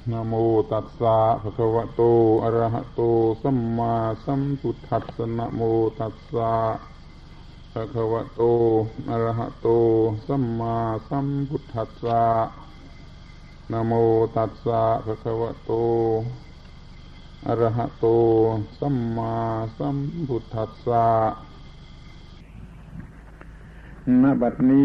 นะโมตัสสะภะคะวะโตอะระหะโตสัมมาสัมพุทธัสสะนะโมตัสสะภะคะวะโตอะระหะโตสัมมาสัมพุทธัสสะนะโมตัสสะภะคะวะโตอะระหะโตสัมมาสัมพุทธัสสะณ บัดนี้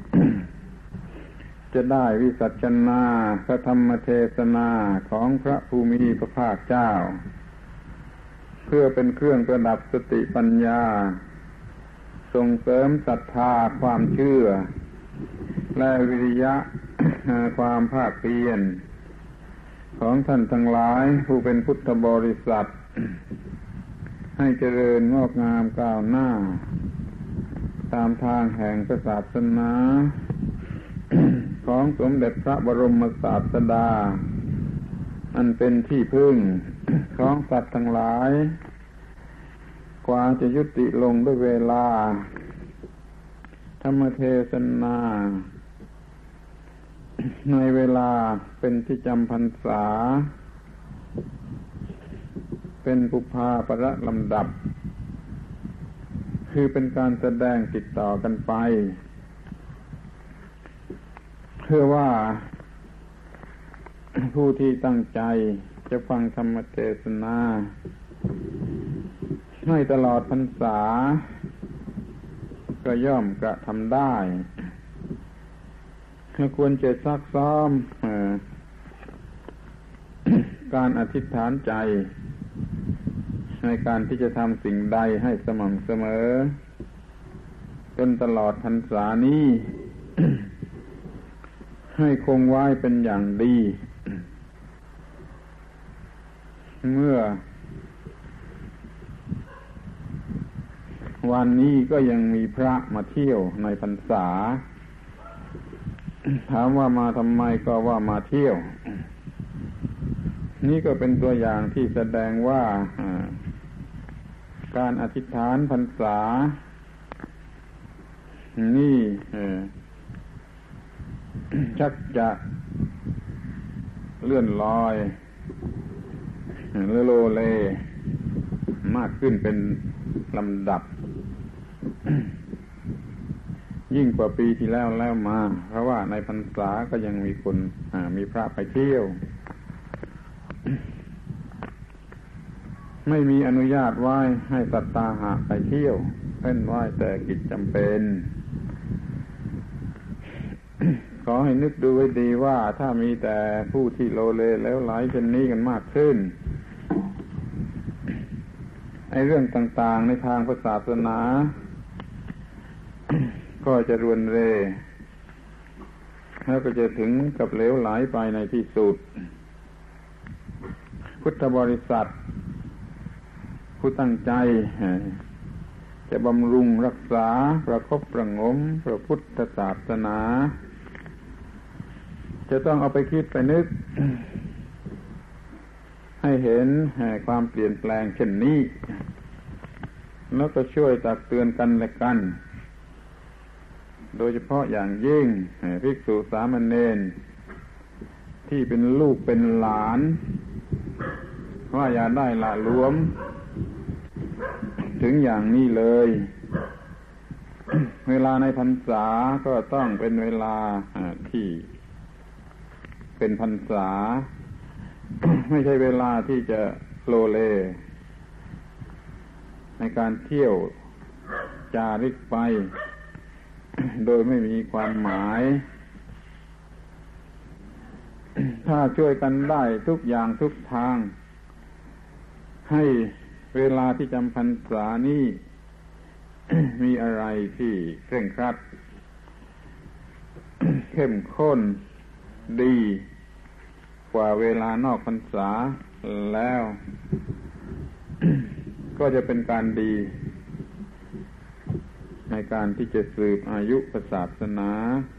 จะได้วิสัชนาพระธรรมเทศนาของพระภูมิพระภาคเจ้าเพื่อเป็นเครื่องประดับสติปัญญาส่งเสริมศรัทธาความเชื่อและวิริยะ ความภาคเพียรของท่านทั้งหลายผู้เป็นพุทธบริษัท ให้เจริญงอกงามก้าวหน้าตามทางแห่งพระศาสนา ของสมเด็จพระบรมศาสดาอันเป็นที่พึ่ง ของสัตว์ทั้งหลายกว่าจะยุติลงด้วยเวลาธรรมเทศนาในเวลาเป็นที่จำพรรษาเป็นปุพพาประลำดับคือเป็นการแสดงติดต่อกันไปเพื่อว่าผู้ที่ตั้งใจจะฟังธรรมเทศนาให้ตลอดพรรษาก็ย่อมกระทำได้ควรจะซักซ้อมการอธิษฐานใจในการที่จะทำสิ่งใดให้สม่ำเสมอจนตลอดพรรษานี้ ให้คงไว้เป็นอย่างดีเมื่อวันนี้ก็ยังมีพระมาเที่ยวในพรรษาถามว่ามาทำไมก็ว่ามาเที่ยวนี่ก็เป็นตัวอย่างที่แสดงว่าการอธิษฐานพรรษานี่ชักจะเลื่อนลอยโลเลมากขึ้นเป็นลำดับ ยิ่งกว่าปีที่แล้วมาเพราะว่าในพรรษาก็ยังมีคนมีพระไปเที่ยว ไม่มีอนุญาตไว้ให้สัตตาหะไปเที่ยวเว้นไว้แต่กิจจำเป็น ขอให้นึกดูไว้ดีว่าถ้ามีแต่ผู้ที่โลเลแล้วหลายเช่นนี้กันมากขึ้นไอ้เรื่องต่างๆในทางศาสนาก็จะรวนเรแล้วก็จะถึงกับเหลวไหลไปในที่สุดพุทธบริษัทผู้ตั้งใจจะบำรุงรักษาประคบประงมพระพุทธศาสนาจะต้องเอาไปคิดไปนึก ให้เห็นความเปลี่ยนแปลงเช่นนี้แล้วก็ช่วยตักเตือนกันและกันโดยเฉพาะอย่างยิ่งภิกษุสามเณรที่เป็นลูกเป็นหลานว่าอย่าได้ละหลวมถึงอย่างนี้เลยเวลาในพรรษาก็ต้องเป็นเวลาที่เป็นพรรษา ไม่ใช่เวลาที่จะโลเลในการเที่ยวจาริกไปโดยไม่มีความหมายถ้าช่วยกันได้ทุกอย่างทุกทางให้เวลาที่จำพรรษานี้ มีอะไรที่เคร่งครัด เข้มข้นดีกว่าเวลานอกพรรษาแล้ว ก็จะเป็นการดีในการที่จะสืบอายุศาสนา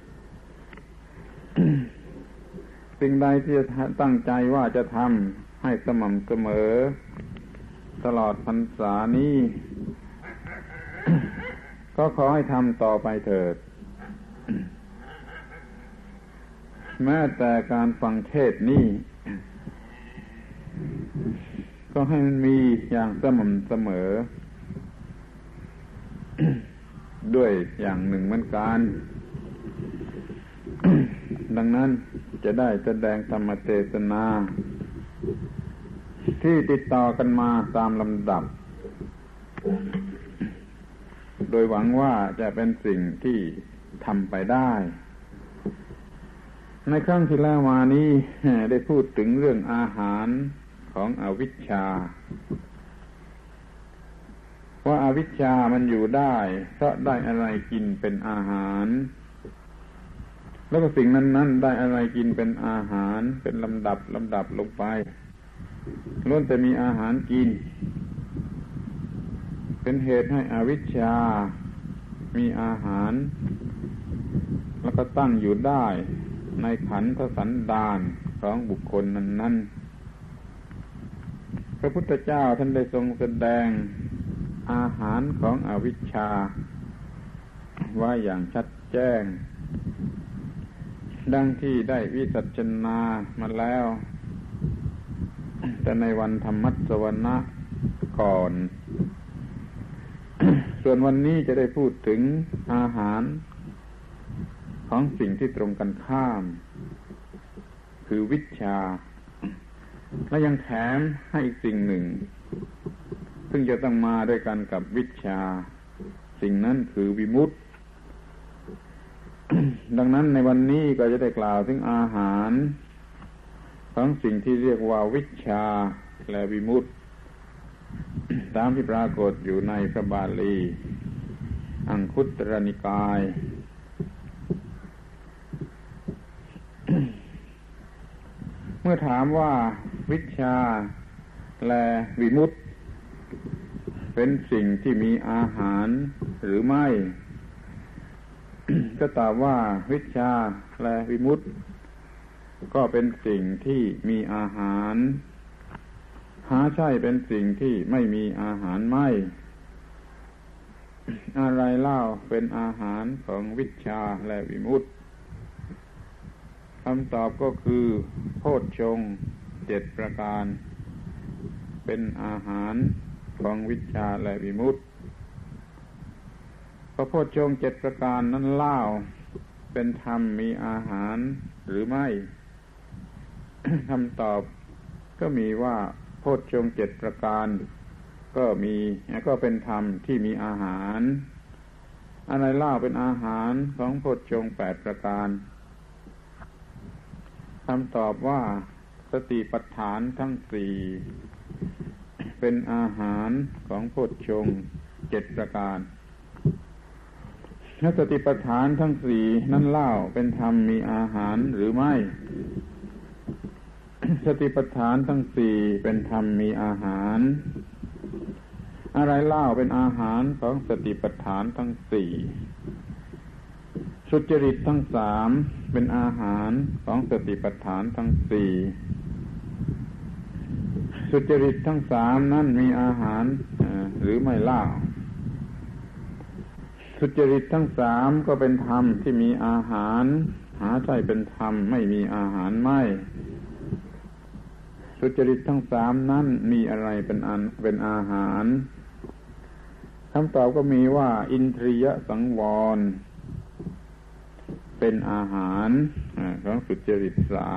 สิ่งใดที่จะตั้งใจว่าจะทำให้สม่ำเสมอตลอดพรรษานี้ ก็ขอให้ทำต่อไปเถิด แม้แต่การฟังเทศน์นี้ก็ให้มันมีอย่างสม่ำเสมอ ด้วยอย่างหนึ่งเหมือนกัน ดังนั้นจะได้แสดงธรรมเทศนาที่ติดต่อกันมาตามลำดับ โดยหวังว่าจะเป็นสิ่งที่ทำไปได้ในครั้งที่แล้วมานี้ได้พูดถึงเรื่องอาหารของอวิชชาว่าอาวิชชามันอยู่ได้เพราะได้อะไรกินเป็นอาหารแล้วก็สิ่งนั้นๆได้อะไรกินเป็นอาหารเป็นลำดับลงไปล้วนแต่มีอาหารกินเป็นเหตุให้อวิชชามีอาหารแล้วก็ตั้งอยู่ได้ในขันธสันดานของบุคคลนั้นๆพระพุทธเจ้าท่านได้ทรงแสดงอาหารของอวิชชาว่าอย่างชัดแจ้งดังที่ได้วิสัชนามาแล้วแต่ในวันธรรมัสวนะก่อน ส่วนวันนี้จะได้พูดถึงอาหารของสิ่งที่ตรงกันข้ามคือวิชชาและยังแถมให้อีกสิ่งหนึ่งซึ่งจะต้องมาด้วยกันกับวิชชาสิ่งนั้นคือวิมุตติ ดังนั้นในวันนี้ก็จะได้กล่าวถึงอาหารของสิ่งที่เรียกว่าวิชชาและวิมุตติตามที่ปรากฏอยู่ในพระบาลีอังคุตรนิกาย เมื่อถามว่าวิชชาและวิมุตติเป็นสิ่งที่มีอาหารหรือไม่ ก็ตอบว่าวิชชาและวิมุตติก็เป็นสิ่งที่มีอาหารหาใช่เป็นสิ่งที่ไม่มีอาหารไม่อะไรเล่าเป็นอาหารของวิชชาและวิมุตติคำตอบก็คือโพชฌงค์7ประการเป็นอาหารของวิชชาและวิมุตติพระโพชฌงค์7ประการนั้นเล่าเป็นธรรมมีอาหารหรือไม่ คำตอบก็มีว่าโพชฌงค์7ประการก็เป็นธรรมที่มีอาหารอะไรเล่าเป็นอาหารของโพชฌงค์8ประการคำตอบว่าสติปัฏฐานทั้ง4เป็นอาหารของโพชฌงค์7ประการถ้าสติปัฏฐานทั้ง4นั้นเล่าเป็นธรรมมีอาหารหรือไม่ สติปัฏฐานทั้ง4เป็นธรรมมีอาหารอะไรเล่าเป็นอาหารของสติปัฏฐานทั้ง4สุจริตทั้ง3เป็นอาหารของสติปัฏฐานทั้ง4สุจริตทั้ง3นั้นมีอาหารหรือไม่เล่าสุจริตทั้ง3ก็เป็นธรรมที่มีอาหารหาใช่เป็นธรรมไม่มีอาหารไม่สุจริตทั้ง3นั้นมีอะไรเป็นอาหารคำตอบก็มีว่าอินทรียสังวรเป็นอาหารของสุจริต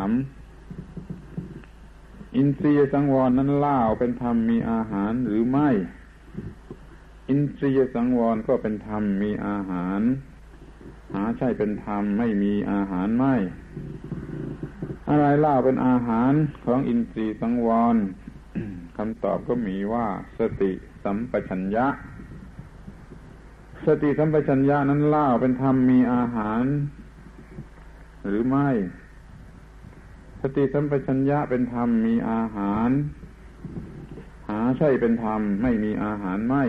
3อินทรียสังวรนั้นเล่าเป็นธรรมมีอาหารหรือไม่อินทรียสังวรก็เป็นธรรมมีอาหารหาใช่เป็นธรรมไม่มีอาหารไม่อะไรเล่าเป็นอาหารของอินทรีย์สังวร คำตอบก็มีว่าสติสัมปชัญญะสติสัมปชัญญะนั้นเล่าเป็นธรรมมีอาหารหรือไม่สติสัมปชัญญะเป็นธรรมมีอาหารหาใช่เป็นธรรมไม่มีอาหารไม่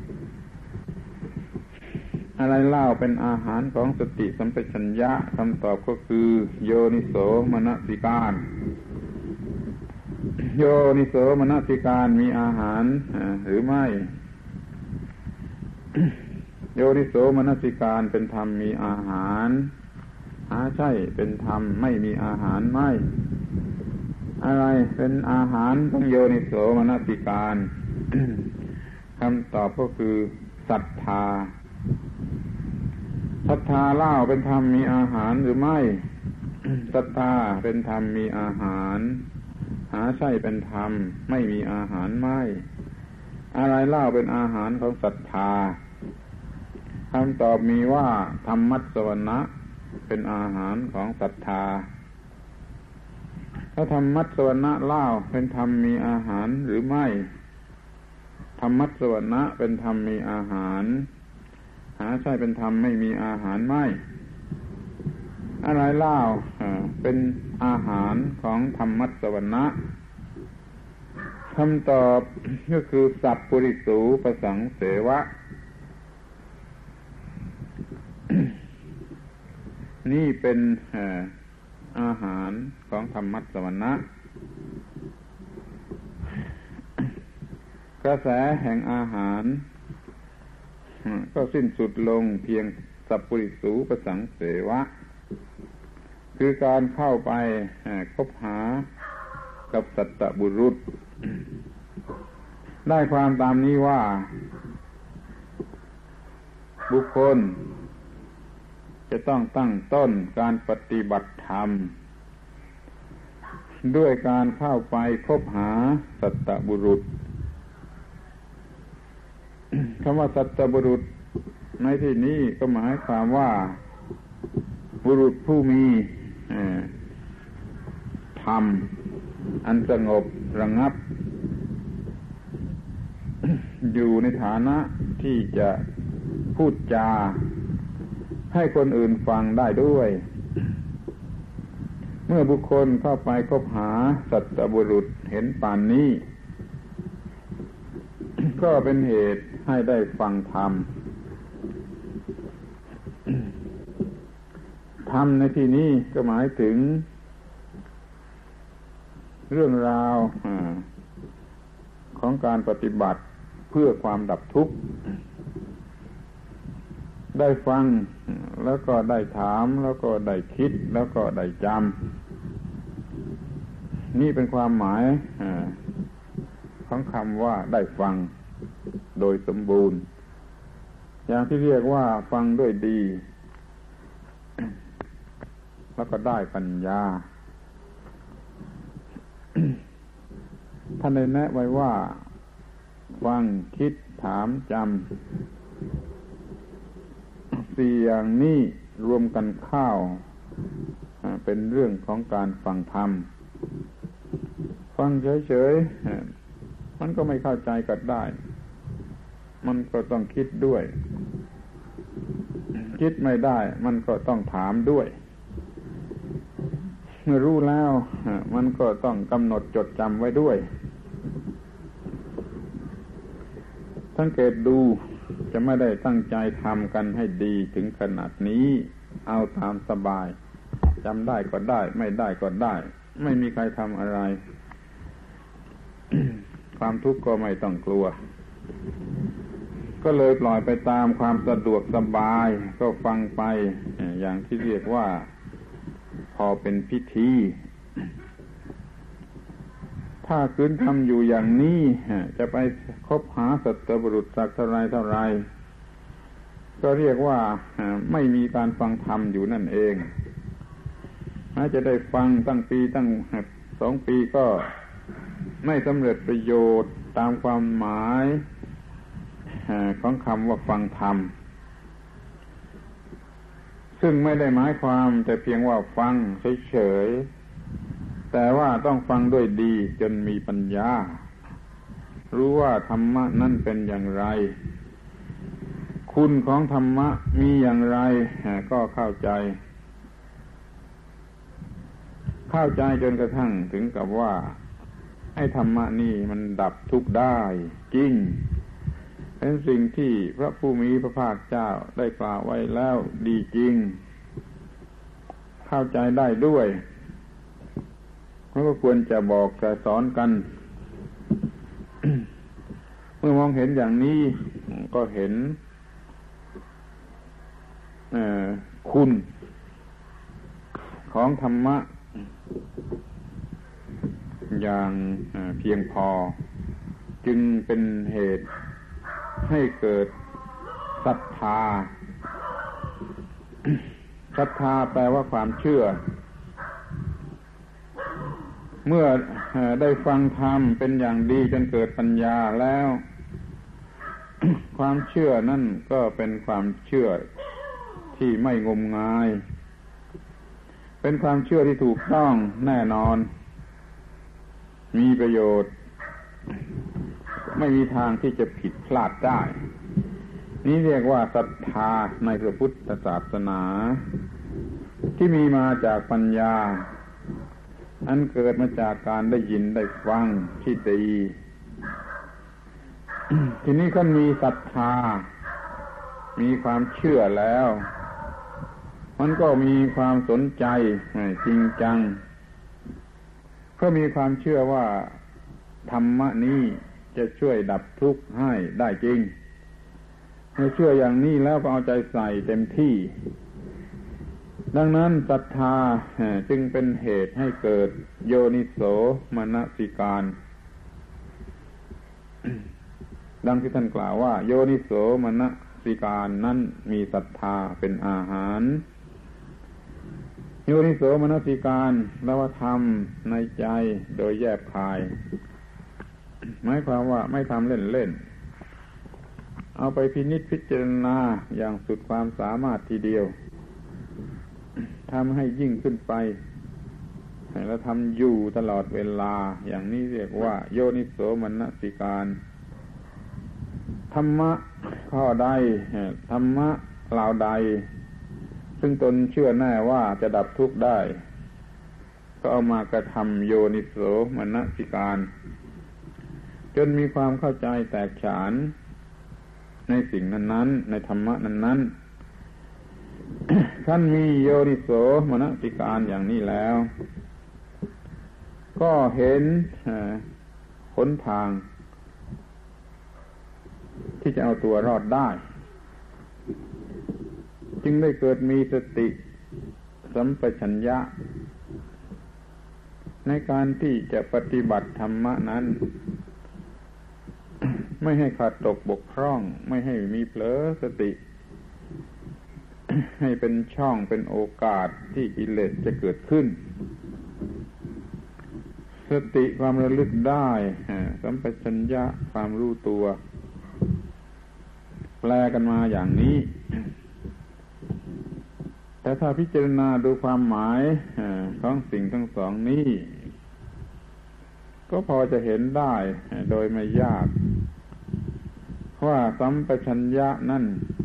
อะไรเล่าเป็นอาหารของสติสัมปชัญญะคำตอบก็คือโยนิโสมนสิการโยนิโสมนสิการมีอาหารหรือไม่โยนิโสมนสิการเป็นธรรมมีอาหารหาใช่เป็นธรรมไม่มีอาหารไม่อะไรเป็นอาหารของโยนิโสมนสิการ คำตอบก็คือศรัทธาศรัทธาเล่าเป็นธรรมมีอาหารหรือไม่ ศรัทธาเป็นธรรมมีอาหารหาใช่เป็นธรรมไม่มีอาหารไม่อะไรเล่าเป็นอาหารของศรัทธาคำตอบมีว่าธรรมัสสวนะเป็นอาหารของศรัทธาถ้าธรรมัสสวนะเล่าเป็นธรรมมีอาหารหรือไม่ธรรมัสสวนะเป็นธรรมมีอาหารหาใช่เป็นธรรมไม่มีอาหารไม่อะไรเล่าเป็นอาหารของธรรมัสสวนะคำตอบก็คือสัพพุริสูปสังเสวะ นี่เป็นอาหารของธรรมัสสวนะกระแสแห่งอาหารก็สิ้นสุดลงเพียงสัพพุริสูปสังเสวะคือการเข้าไปคบหากับสัตตบุรุษได้ความตามนี้ว่าบุคคลจะต้องตั้งต้นการปฏิบัติธรรมด้วยการเข้าไปคบหาสัตตบุรุษคำว่าสัตตบุรุษในที่นี้ก็หมายความว่าบุรุษผู้มีธรรมอันสงบระงับอยู่ในฐานะที่จะพูดจาให้คนอื่นฟังได้ด้วยเมื่อบุคคลเข้าไปคบหาสัตตบุรุษเห็นป่านนี้ ก็เป็นเหตุให้ได้ฟังธรรมธรรมในที่นี้ก็หมายถึงเรื่องราวของการปฏิบัติเพื่อความดับทุกข์ได้ฟังแล้วก็ได้ถามแล้วก็ได้คิดแล้วก็ได้จำนี่เป็นความหมายของคำว่าได้ฟังโดยสมบูรณ์อย่างที่เรียกว่าฟังด้วยดีแล้วก็ได้ปัญญา ท่านได้แนะไว้ว่าฟังคิดถามจำสี่อย่างนี้รวมกันเข้าเป็นเรื่องของการฟังธรรมฟังเฉยๆมันก็ไม่เข้าใจกันได้มันก็ต้องคิดด้วยคิดไม่ได้มันก็ต้องถามด้วยเมื่อรู้แล้วมันก็ต้องกำหนดจดจำไว้ด้วยสังเกตดูจะไม่ได้ตั้งใจทำกันให้ดีถึงขนาดนี้เอาตามสบายจำได้ก็ได้ไม่ได้ก็ได้ไม่มีใครทำอะไร ความทุกข์ก็ไม่ต้องกลัวก็เลยปล่อยไปตามความสะดวกสบายก็ฟังไปอย่างที่เรียกว่าพอเป็นพิธีถ้าคืนทำอยู่อย่างนี้จะไปคบหาสัตบุรุษสักเท่าไรก็เรียกว่าไม่มีการฟังธรรมอยู่นั่นเองน่าจะได้ฟังตั้งปีตั้ง2 ปีก็ไม่สำเร็จประโยชน์ตามความหมายของคำว่าฟังธรรมซึ่งไม่ได้หมายความแต่เพียงว่าฟังเฉยๆแต่ว่าต้องฟังด้วยดีจนมีปัญญารู้ว่าธรรมะนั่นเป็นอย่างไรคุณของธรรมะมีอย่างไรก็เข้าใจจนกระทั่งถึงกับว่าไอ้ธรรมะนี่มันดับทุกข์ได้จริงเป็นสิ่งที่พระผู้มีพระภาคเจ้าได้กล่าวไว้แล้วดีจริงเข้าใจได้ด้วยแล้วก็ควรจะบอกจะสอนกัน เมื่อมองเห็นอย่างนี้ก็เห็นคุณของธรรมะอย่างเพียงพอจึงเป็นเหตุให้เกิดศรัทธาศรัทธาแปลว่าความเชื่อเมื่อได้ฟังธรรมเป็นอย่างดีจนเกิดปัญญาแล้ว ความเชื่อนั่นก็เป็นความเชื่อที่ไม่งมงายเป็นความเชื่อที่ถูกต้องแน่นอนมีประโยชน์ไม่มีทางที่จะผิดพลาดได้นี่เรียกว่าศรัทธาในพระพุทธศาสนาที่มีมาจากปัญญาอันเกิดมาจากการได้ยินได้ฟังที่ดี ทีนี้ก็มีศรัทธามีความเชื่อแล้วมันก็มีความสนใจจริงจังเพราะมีความเชื่อว่าธรรมะนี้จะช่วยดับทุกข์ให้ได้จริงเมื่อเชื่ออย่างนี้แล้วก็เอาใจใส่เต็มที่ดังนั้นศรัทธาจึงเป็นเหตุให้เกิดโยนิโสมนสิการดังที่ท่านกล่าวว่าโยนิโสมนสิการนั้นมีศรัทธาเป็นอาหารโยนิโสมนสิการแล้วว่าทำในใจโดยแยบคายหมายความว่าไม่ทำเล่นๆเอาไปพินิจพิจารณาอย่างสุดความสามารถทีเดียวทำให้ยิ่งขึ้นไปแล้วทำอยู่ตลอดเวลาอย่างนี้เรียกว่าโยนิโสมนสิการธรรมะข้อใดธรรมะเหล่าใดซึ่งตนเชื่อแน่ว่าจะดับทุกข์ได้ก็เอามากระทำโยนิโสมนสิการจนมีความเข้าใจแตกฉานในสิ่งนั้นๆในธรรมะนั้นๆท่านมีโยนิโสมนสิการอย่างนี้แล้วก็เห็นหนทางที่จะเอาตัวรอดได้จึงได้เกิดมีสติสัมปชัญญะในการที่จะปฏิบัติธรรมะนั้นไม่ให้ขาดตกบกพร่องไม่ให้มีเผลอสติให้เป็นช่องเป็นโอกาสที่กิเลสจะเกิดขึ้นสติความระลึกได้สัมปชัญญะความรู้ตัวแปลกันมาอย่างนี้แต่ถ้าพิจารณาดูความหมายของสิ่งทั้งสองนี้ก็พอจะเห็นได้โดยไม่ยากว่าสัมปชัญญะนั่น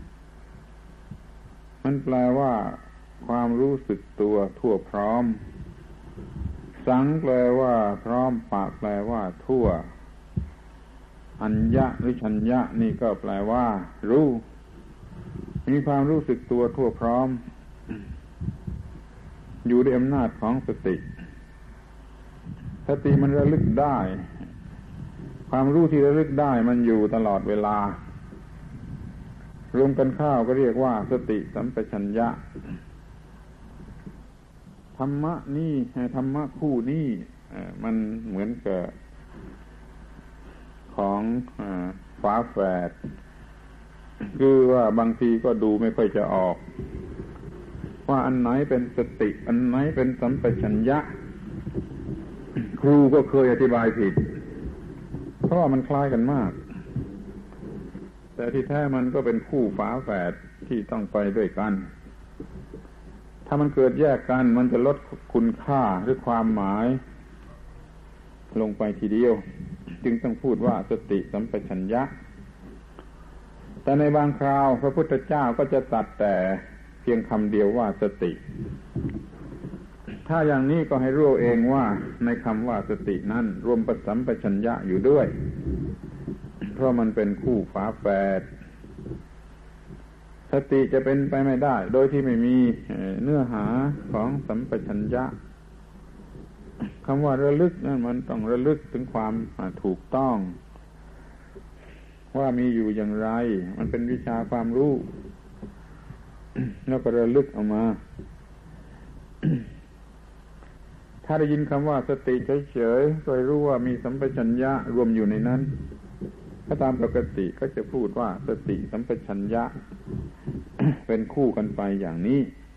มันแปลว่าความรู้สึกตัวทั่วพร้อมสังแปลว่าพร้อมปะแปลว่าทั่วอัญญะหรือชัญญะนี่ก็แปลว่ารู้มีความรู้สึกตัวทั่วพร้อมอยู่ในอำนาจของสติมันระลึกได้ความรู้ที่ระลึกได้มันอยู่ตลอดเวลารวมกันเข้าก็เรียกว่าสติสัมปชัญญะธรรมะนี่ธรรมะคู่นี้มันเหมือนกับของฝาแฝดคือว่าบางทีก็ดูไม่ค่อยจะออกว่าอันไหนเป็นสติอันไหนเป็นสัมปชัญญะครูก็เคยอธิบายผิดเพราะว่ามันคล้ายกันมากแต่ที่แท้มันก็เป็นคู่ฝาแฝดที่ต้องไปด้วยกันถ้ามันเกิดแยกกันมันจะลดคุณค่าหรือความหมายลงไปทีเดียวจึงต้องพูดว่าสติสัมปชัญญะแต่ในบางคราวพระพุทธเจ้าก็จะตัดแต่เพียงคำเดียวว่าสติถ้าอย่างนี้ก็ให้รู้เองว่าในคำว่าสตินั้นรวมสัมปชัญญะอยู่ด้วยเพราะมันเป็นคู่ฝาแฝดสติจะเป็นไปไม่ได้โดยที่ไม่มีเนื้อหาของสัมปชัญญะคำว่าระลึกนั่นมันต้องระลึกถึงความถูกต้องว่ามีอยู่อย่างไรมันเป็นวิชาความรู้แล้วก็ระลึกออกมาถ้าถ้าได้ยินคำว่าสติเฉยๆก็รู้ว่ามีสัมปชัญญะรวมอยู่ในนั้นถ้าตามปกติก็จะพูดว่าสติสัมปชัญญะ เป็นคู่กันไปอย่างนี้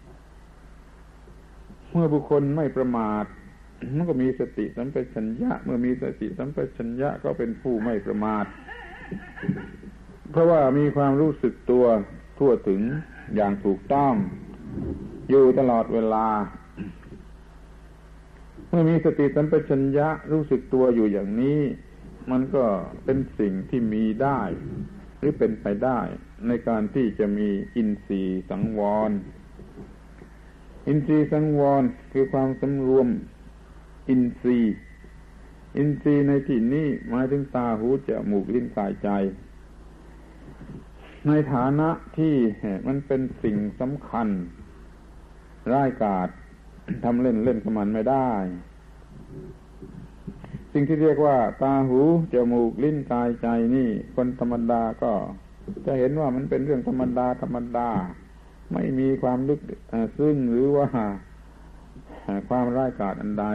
เมื่อบุคคลไม่ประมาทมันก็มีสติสัมปชัญญะเมื่อมีสติสัมปชัญญะก็เป็นผู้ไม่ประมาทเพราะว่ามีความรู้สึกตัวทั่วถึงอย่างถูกต้องอยู่ตลอดเวลาเมื่อมีสติสัมปชัญญะรู้สึกตัวอยู่อย่างนี้มันก็เป็นสิ่งที่มีได้หรือเป็นไปได้ในการที่จะมีอินทรีย์สังวรอินทรีย์สังวรคือความสำรวมอินทรีย์ในที่นี้หมายถึงตาหูจมูกลิ้นกายใจในฐานะที่มันเป็นสิ่งสำคัญร้ายกาจทำเล่นกับมันไม่ได้สิ่งที่เรียกว่าตาหูจมูกลิ้นกายใจนี่คนธรรมดาก็จะเห็นว่ามันเป็นเรื่องธรรมดาไม่มีความลึกซึ้งหรือว่าความร้ายกาจอันใด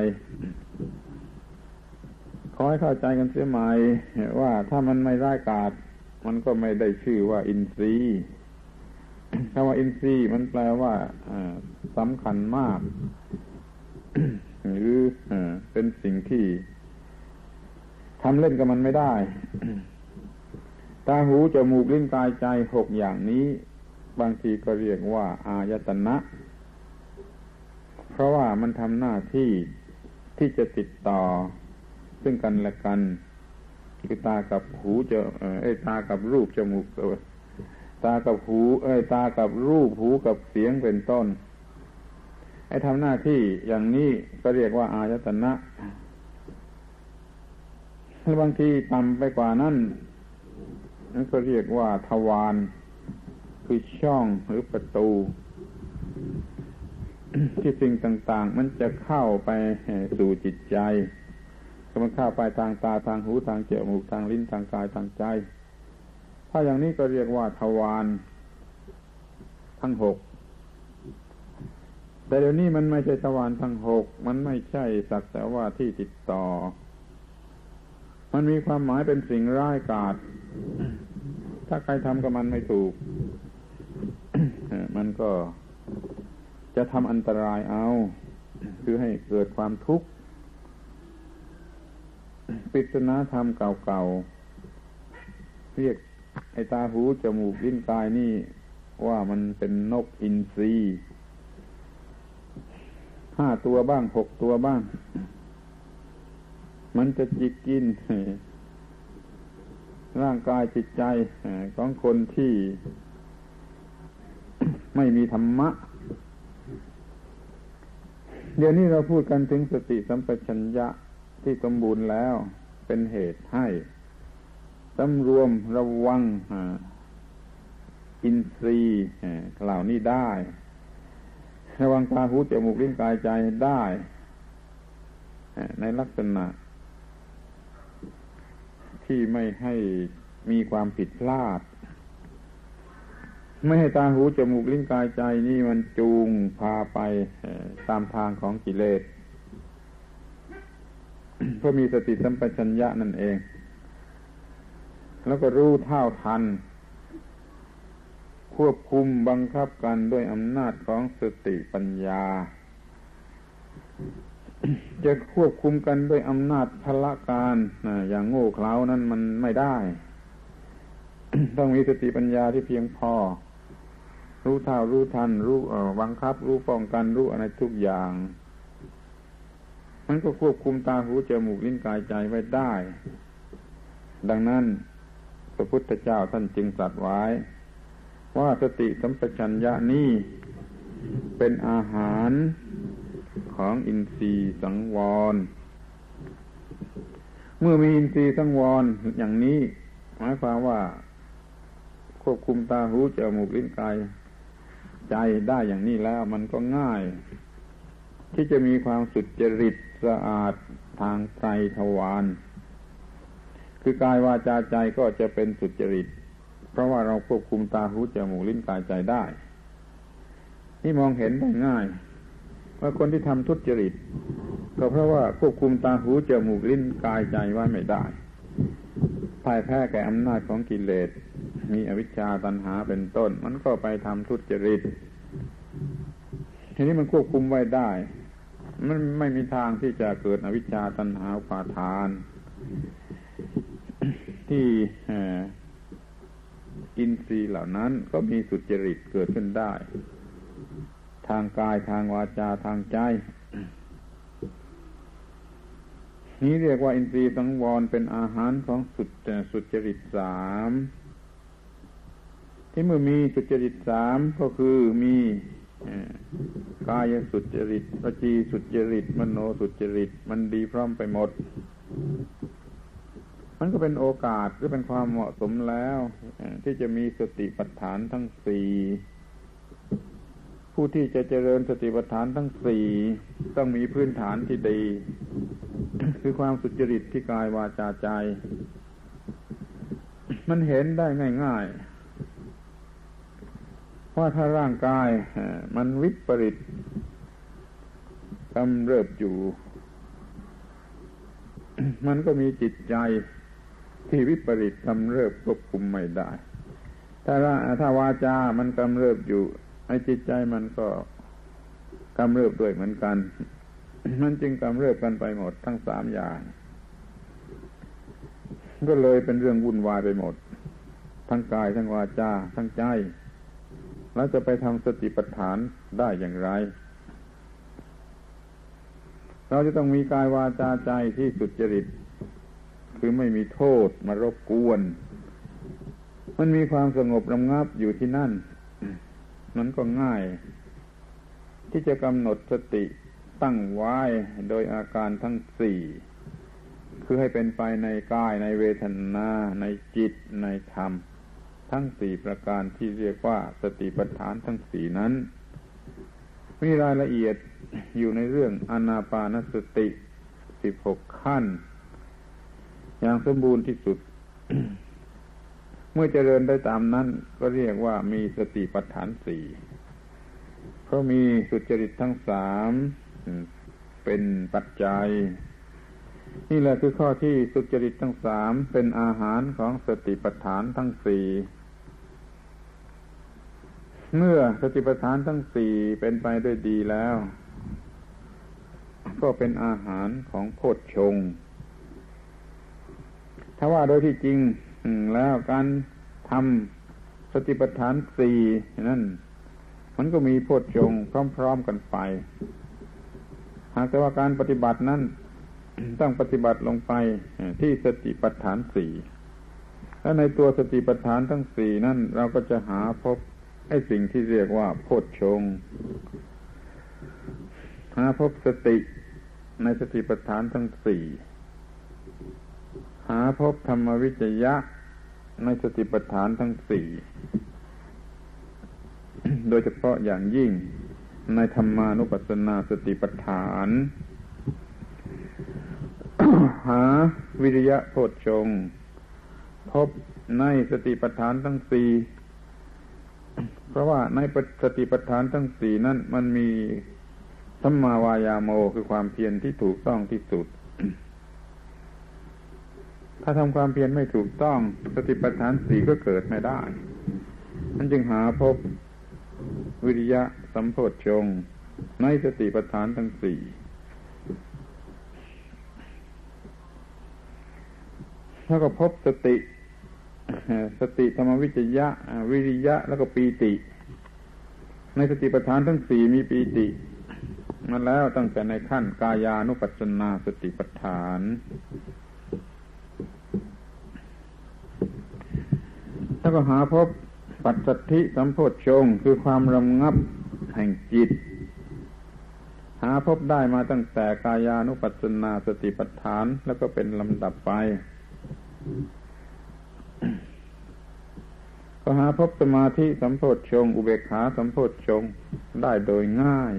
ขอให้เข้าใจกันเสียใหม่ว่าถ้ามันไม่ร้ายกาจมันก็ไม่ได้ชื่อว่าอินทรีย์คำว่าอินทรีย์มันแปลว่าสำคัญมากหรือเป็นสิ่งที่ทำเล่นกับมันไม่ได้ตาหูจมูกลิ้นกายใจ6อย่างนี้บางทีก็เรียกว่าอายตนะเพราะว่ามันทำหน้าที่ที่จะติดต่อซึ่งกันและกันคือตากับหูตากับรูปจมูกตากับหูตากับรูปหูกับเสียงเป็นต้นให้ทำหน้าที่อย่างนี้ก็เรียกว่าอายตนะและบางทีต่ำไปกว่านั้นนั่นก็เรียกว่าทวารคือช่องหรือประตูที่สิ่งต่างๆมันจะเข้าไปสู่จิตใจก็มันเข้าไปทางตาทางหูทางจมูกทางลิ้นทางกายทางใจถ้าอย่างนี้ก็เรียกว่าทวารทั้ง6แต่เดี๋ยวนี้มันไม่ใช่ทวารทั้ง6มันไม่ใช่สักแต่ว่าที่ติดต่อมันมีความหมายเป็นสิ่งร้ายกาจถ้าใครทำกับมันไม่ถูก มันก็จะทำอันตรายเอาคือให้เกิดความทุกข์ปริศนาธรรมเก่าๆเรียกไอ้ตาหูจมูกลิ้นกายนี่ว่ามันเป็นนกอินทรี5 ตัวบ้าง6 ตัวบ้างมันจะจิกกินร่างกายจิตใจของคนที่ไม่มีธรรมะเดี๋ยวนี้เราพูดกันถึงสติสัมปชัญญะที่สมบูรณ์แล้วเป็นเหตุให้สำรวมระวังอินทรีย์เหล่านี้ได้ระวังตาหูจมูกลิ้นกายใจได้ในลักษณะที่ไม่ให้มีความผิดพลาดไม่ให้ตาหูจมูกลิ้นกายใจนี่มันจูงพาไปตามทางของกิเลสเพราะมีสติสัมปชัญญะนั่นเองแล้วก็รู้เท่าทันควบคุมบังคับกันด้วยอำนาจของสติปัญญาจะควบคุมกันด้วยอำนาจพละการอย่างโง่เขลานั้นมันไม่ได้ ต้องมีสติปัญญาที่เพียงพอรู้เท่ารู้ทันรู้บังคับรู้ป้องกันรู้อะไรทุกอย่างมันก็ควบคุมตาหูจมูกลิ้นกายใจไว้ได้ดังนั้นพระพุทธเจ้าท่านจึงตรัสไว้ว่าสติสัมปชัญญะนี้เป็นอาหารของอินทรีย์สังวรเมื่อมีอินทรีย์สังวรอย่างนี้หมายความว่าควบคุมตาหูจมูกลิ้นกายใจได้อย่างนี้แล้วมันก็ง่ายที่จะมีความสุจริตสะอาดทางไตรทวารคือกายวาจาใจก็จะเป็นสุจริตเพราะว่าเราควบคุมตาหูจมูกลิ้นกายใจได้นี่มองเห็นได้ง่ายว่าคนที่ทำทุจริตก็เพราะว่าควบคุมตาหูจมูกลิ้นกายใจไว้ไม่ได้พ่ายแพ้แก่อำนาจของกิเลสมีอวิชชาตัณหาเป็นต้นมันก็ไปทำทุจริตทีนี้มันควบคุมไว้ได้มันไม่มีทางที่จะเกิดอวิชชาตัณหาอุปาทานที่อินทรีย์เหล่านั้นก็มีสุจริตเกิดขึ้นได้ทางกายทางวาจาทางใจนี้เรียกว่าอินทรีย์สังวรเป็นอาหารของสุจริตสามที่เมื่อมีสุจริตสามก็คือมีกายสุจริตวจีสุจริตมโนสุจริตมันดีพร้อมไปหมดมันก็เป็นโอกาสหรือเป็นความเหมาะสมแล้วที่จะมีสติปัฏฐานทั้งสี่ผู้ที่จะเจริญสติปัฏฐานทั้งสี่ต้องมีพื้นฐานที่ดีคือความสุจริตที่กายวาจาใจมันเห็นได้ง่ายๆว่าถ้าร่างกายมันวิปริตกำเริบอยู่มันก็มีจิตใจที่วิปริตกำเริบควบคุมไม่ได้ถ้าวาจามันกำเริบอยู่ไอ้จิตใจมันก็กำเริบด้วยเหมือนกันมันจึงกำเริบกันไปหมดทั้งสามอย่างก็เลยเป็นเรื่องวุ่นวายไปหมดทั้งกายทั้งวาจาทั้งใจแล้วจะไปทำสติปัฏฐานได้อย่างไรเราจะต้องมีกายวาจาใจที่สุจริตคือไม่มีโทษมารบกวนมันมีความสงบระงับอยู่ที่นั่นมันก็ง่ายที่จะกำหนดสติตั้งไว้โดยอาการทั้งสี่คือให้เป็นไปในกายในเวทนาในจิตในธรรมทั้งสี่ประการที่เรียกว่าสติปัฏฐานทั้งสี่นั้นมีรายละเอียดอยู่ในเรื่องอานาปานสติ16ขั้นอย่างสมบูรณ์ที่สุด เมื่อเจริญได้ตามนั้นก็เรียกว่ามีสติปัฏฐานสี่เพราะมีสุจริตทั้งสามเป็นปัจจัยนี่แหละคือข้อที่สุจริตทั้งสามเป็นอาหารของสติปัฏฐานทั้งสี่เมื่อสติปัฏฐานทั้งสี่เป็นไปด้วยดีแล้วก็เป็นอาหารของโพชฌงค์ถ้าว่าโดยที่จริงแล้วการทำสติปัฏฐานสี่นั่นมันก็มีโพชฌงค์พร้อมๆกันไปหากแต่ว่าการปฏิบัตินั้นต้องปฏิบัติลงไปที่สติปัฏฐานสี่และในตัวสติปัฏฐานทั้งสี่นั่นเราก็จะหาพบไอ้สิ่งที่เรียกว่าโพชฌงค์หาพบสติในสติปัฏฐานทั้งสี่หาพบธรรมวิจยะในสติปัฏฐานทั้งสี่โดยเฉพาะอย่างยิ่งในธรรมานุปัสสนาสติปัฏฐานหาวิริยะโพชฌงค์พบในสติปัฏฐานทั้งสี่เพราะว่าในสติปัฏฐานทั้งสี่นั้นมันมีสัมมาวายาโมคือความเพียรที่ถูกต้องที่สุดถ้าทำความเพียรไม่ถูกต้องสติปัฏฐานสี่ก็เกิดไม่ได้มันจึงหาพบวิริยะสัมโพชฌงค์ในสติปัฏฐานทั้งสี่แล้วก็พบสติธรรมวิจยะวิริยะแล้วก็ปีติในสติปัฏฐานทั้งสี่มีปีติมาแล้วตั้งแต่ในขั้นกายานุปัสสนาสติปัฏฐานแล้วก็หาพบปัสสัทธิสัมโพชฌงค์คือความระงับแห่งจิตหาพบได้มาตั้งแต่กายานุปัสสนาสติปัฏฐานแล้วก็เป็นลำดับไปก็หาพบสมาธิสัมโพชฌงค์อุเบกขาสัมโพชฌงค์ได้โดยง่าย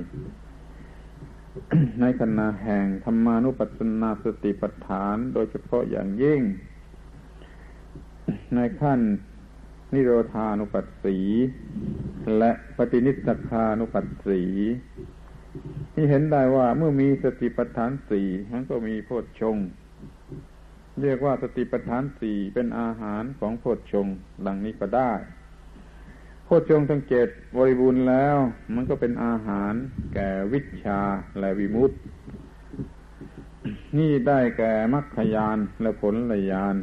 ในขณะแห่งธรรมานุปัสสนาสติปัฏฐานโดยเฉพาะอย่างยิ่งในขั้นนิโรธานุปัสสีและปฏินิสสคานุปัสสีที่เห็นได้ว่าเมื่อมีสติปัฏฐานสี่มันก็มีโพชฌงค์เรียกว่าสติปัฏฐานสี่เป็นอาหารของโพชฌงค์ดังนี้ก็ได้โพชฌงค์ทั้งเจ็ดบริบูรณ์แล้วมันก็เป็นอาหารแก่วิชชาและวิมุตตินี่ได้แก่มรรคญาณและผลญาณ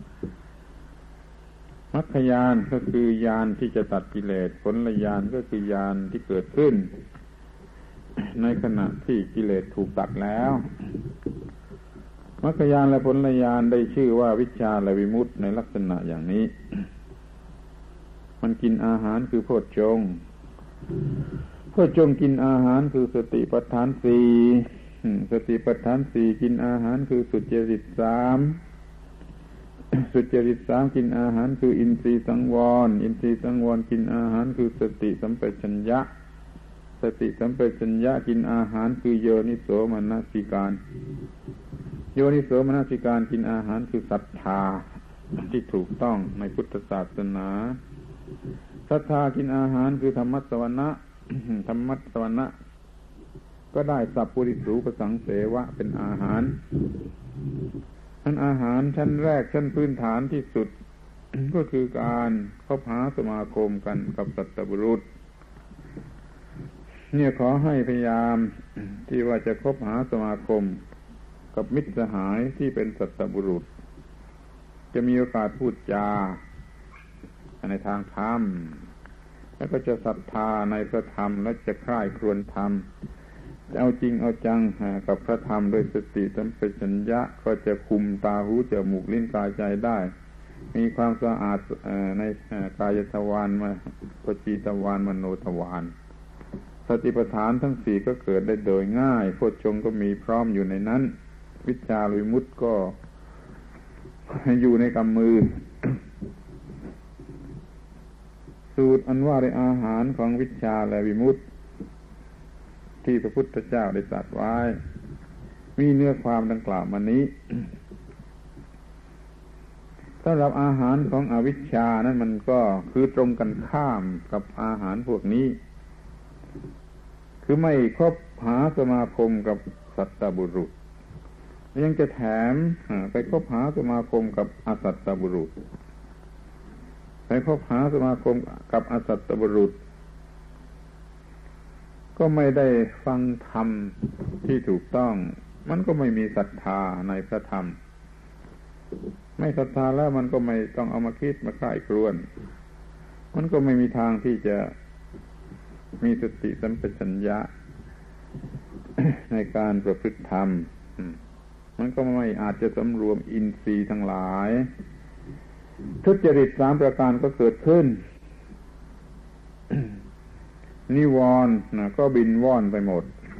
มรรคญาณก็คือญาณที่จะตัดกิเลสผลญาณก็คือญาณที่เกิดขึ้นในขณะที่กิเลสถูกตัดแล้วมรรคญาณและผลญาณได้ชื่อว่าวิชชาและวิมุตติในลักษณะอย่างนี้มันกินอาหารคือโพชฌงค์โพชฌงค์กินอาหารคือสติปัฏฐานสี่สติปัฏฐานสี่กินอาหารคือสุจริตสามสุจริตสามกินอาหารคืออินทรีย์สังวรอินทรีย์สังวรกินอาหารคือสติสัมปชัญญะสติสัมปชัญญะกินอาหารคือโยนิโสมนสิการโยนิโสมนสิการกินอาหารคือศรัทธาที่ถูกต้องในพุทธศาสนาศรัทธากินอาหารคือธรรมสวนะธรรมสวนะก็ได้สัพพุริสูปสังเสวะเป็นอาหารอันอาหารชั้นแรกชั้นพื้นฐานที่สุดก็คือการคบหาสมาคมกันกับสัตบุรุษเนี่ยขอให้พยายามที่ว่าจะคบหาสมาคมกับมิตรสหายที่เป็นสัตบุรุษจะมีโอกาสพูดจาในทางธรรมแล้วก็จะศรัทธาในพระธรรมและจะใคร่ครวญธรรมจะเอาจริงเอาจังกับพระธรรมโดยสติสัมปชัญญะก็จะคุมตาหูจมูกลิ้นกายใจได้มีความสะอาดในกายทวารวจีทวารมโนทวารสติปัฏฐานทั้งสี่ก็เกิดได้โดยง่ายโพชฌงค์ก็มีพร้อมอยู่ในนั้นวิชชาวิมุตติก็อยู่ในกำมือสูตรอันว่าในอาหารของวิชชาและวิมุตติที่พระพุทธเจ้าได้ตรัสไว้มีเนื้อความดังกล่าวมานี้สำหรับอาหารของอวิชชานั้นมันก็คือตรงกันข้ามกับอาหารพวกนี้คือไม่คบหาสมาคมกับสัตตบุรุษยังจะแถมไปคบหาสมาคมกับอสัตตบุรุษไปคบหาสมาคมกับอสัตตบุรุษก็ไม่ได้ฟังธรรมที่ถูกต้องมันก็ไม่มีศรัทธาในพระธรรมไม่ศรัทธาแล้วมันก็ไม่ต้องเอามาคิดมาใคร่ครวญมันก็ไม่มีทางที่จะมีสติสัมปชัญญะในการประพฤติธรรมมันก็ไม่อาจจะสำรวมอินทรีย์ทั้งหลายทุจริตสามประการก็เกิดขึ้นนิวรณ์ก็บินว่อนไปหมด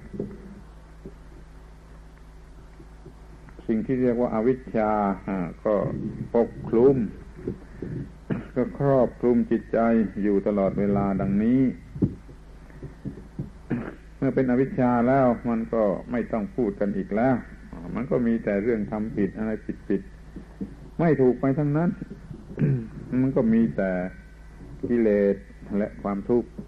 สิ่งที่เรียกว่าอวิชชาก็ปกคลุมก็ครอบคลุมจิตใจอยู่ตลอดเวลาดังนี้เมื่อเป็นอวิชชาแล้วมันก็ไม่ต้องพูดกันอีกแล้วมันก็มีแต่เรื่องทำผิดอะไรผิดไม่ถูกไปทั้งนั้น มันก็มีแต่กิเลสและความทุกข์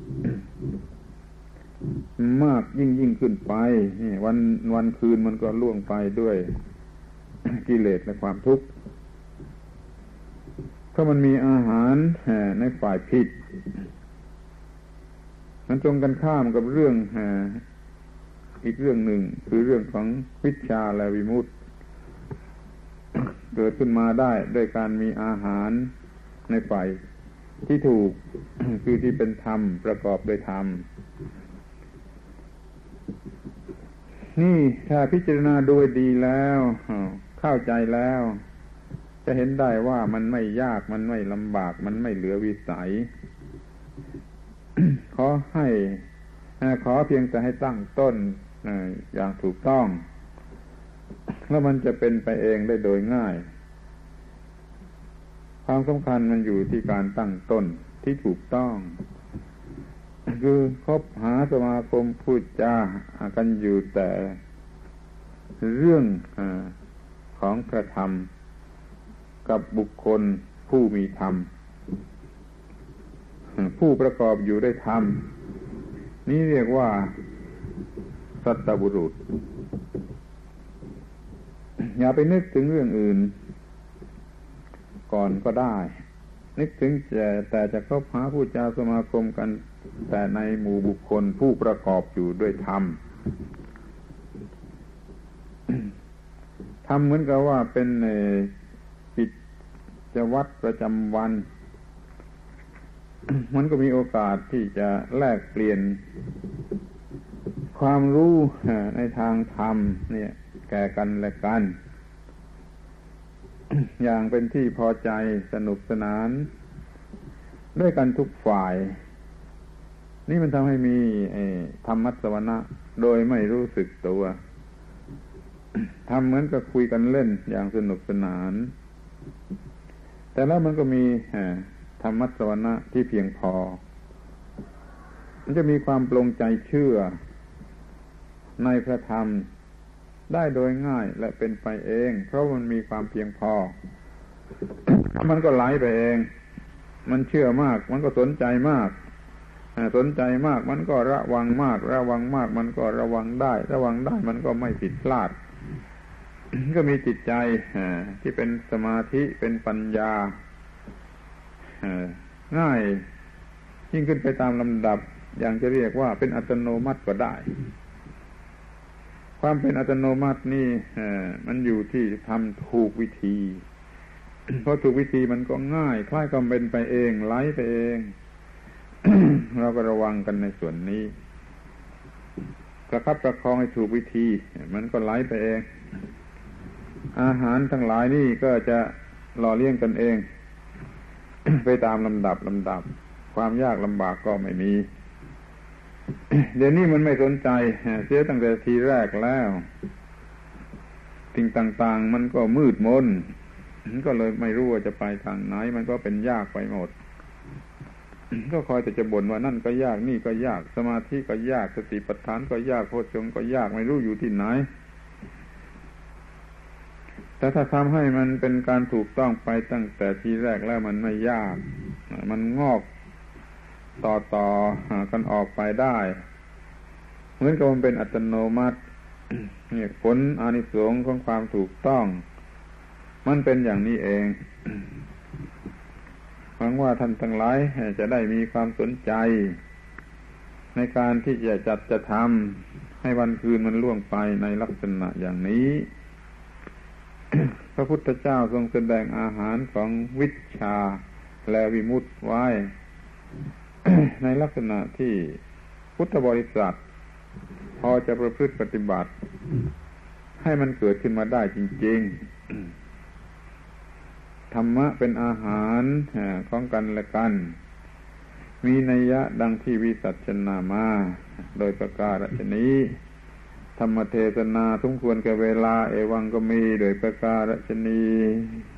มากยิ่งขึ้นไปนี่วันคืนมันก็ล่วงไปด้วยกิเลสและความทุกข์ถ้ามันมีอาหารในฝ่ายผิดมันตรงกันข้ามกับเรื่องอีกเรื่องหนึ่งคือเรื่องของวิชชาและวิมุตติเกิดขึ้นมาได้ด้วยการมีอาหารในฝ่ายที่ถูก คือที่เป็นธรรมประกอบด้วยธรรมนี่ถ้าพิจารณาโดยดีแล้วเข้าใจแล้วจะเห็นได้ว่ามันไม่ยากมันไม่ลำบากมันไม่เหลือวิสัย ขอเพียงแต่ให้ตั้งต้นอย่างถูกต้องแล้วมันจะเป็นไปเองได้โดยง่ายความสำคัญมันอยู่ที่การตั้งต้นที่ถูกต้องคือคบหาสมาคมพูดจากันอยู่แต่เรื่องของพระธรรมกับบุคคลผู้มีธรรมผู้ประกอบอยู่ด้วยธรรมนี่เรียกว่าสัตบุรุษอย่าไปนึกถึงเรื่องอื่นก่อนก็ได้นึกถึงแต่จะคบหาพูดจาสมาคมกันแต่ในหมู่บุคคลผู้ประกอบอยู่ด้วยธรรมทำเหมือนกับว่าเป็นกิจวัตรประจำวัน มันก็มีโอกาสที่จะแลกเปลี่ยนความรู้ในทางธรรมเนี่ยแก่กันและกัน อย่างเป็นที่พอใจสนุกสนานด้วยกันทุกฝ่ายนี่มันทำให้มีธรรมัสวนะโดยไม่รู้สึกตัวทำเหมือนกับคุยกันเล่นอย่างสนุกสนานแต่แล้วมันก็มีธรรมัสวนะที่เพียงพอมันจะมีความปลงใจเชื่อในพระธรรมได้โดยง่ายและเป็นไปเองเพราะมันมีความเพียงพอ มันก็ไหลไปเองมันเชื่อมากมันก็สนใจมากสนใจมากมันก็ระวังมากระวังมากมันก็ระวังได้มันก็ไม่ผิดพลาด ก็มีจิตใจที่เป็นสมาธิเป็นปัญญาง่ายยิ่งขึ้นไปตามลำดับอย่างจะเรียกว่าเป็นอัตโนมัติก็ได้ความเป็นอัตโนมัตินี่มันอยู่ที่ทำถูกวิธี เพราะถูกวิธีมันก็ง่ายคล้ายกับเป็นไปเองไหลไปเอง เราก็ระวังกันในส่วนนี้ประคับประคองให้ถูกวิธีมันก็ไหลไปเองอาหารทั้งหลายนี่ก็จะหล่อเลี้ยงกันเอง ไปตามลำดับความยากลำบากก็ไม่มี เดี๋ยวนี้มันไม่สนใจเสียตั้งแต่ทีแรกแล้วสิ่งต่างๆมันก็มืดมนก็เลยไม่รู้ว่าจะไปทางไหนมันก็เป็นยากไปหมด ก็คอยแต่จะบ่นว่านั่นก็ยากนี่ก็ยากสมาธิก็ยากสติปัฏฐานก็ยากโพชฌงค์ก็ยากไม่รู้อยู่ที่ไหนแต่ถ้าทำให้มันเป็นการถูกต้องไปตั้งแต่ทีแรกแล้วมันไม่ยากมันงอกต่อกันออกไปได้เหมือนกับมันเป็นอัตโนมัติเนี่ยผลอานิสงส์ของความถูกต้องมันเป็นอย่างนี้เองหวังว่าท่านทั้งหลายจะได้มีความสนใจในการที่จะทำให้วันคืนมันล่วงไปในลักษณะอย่างนี้ พระพุทธเจ้าทรงแสดงอาหารของวิชชาและวิมุตติไว้ ในลักษณะที่พุทธบริษัทพอจะประพฤติปฏิบัติให้มันเกิดขึ้นมาได้จริงๆธรรมะเป็นอาหารของกันและกันมีนัยยะดังที่วิสัชนามาโดยประการฉะนี้ธรรมเทศนาสมควรแก่เวลาเอวังก็มีโดยประการฉะนี้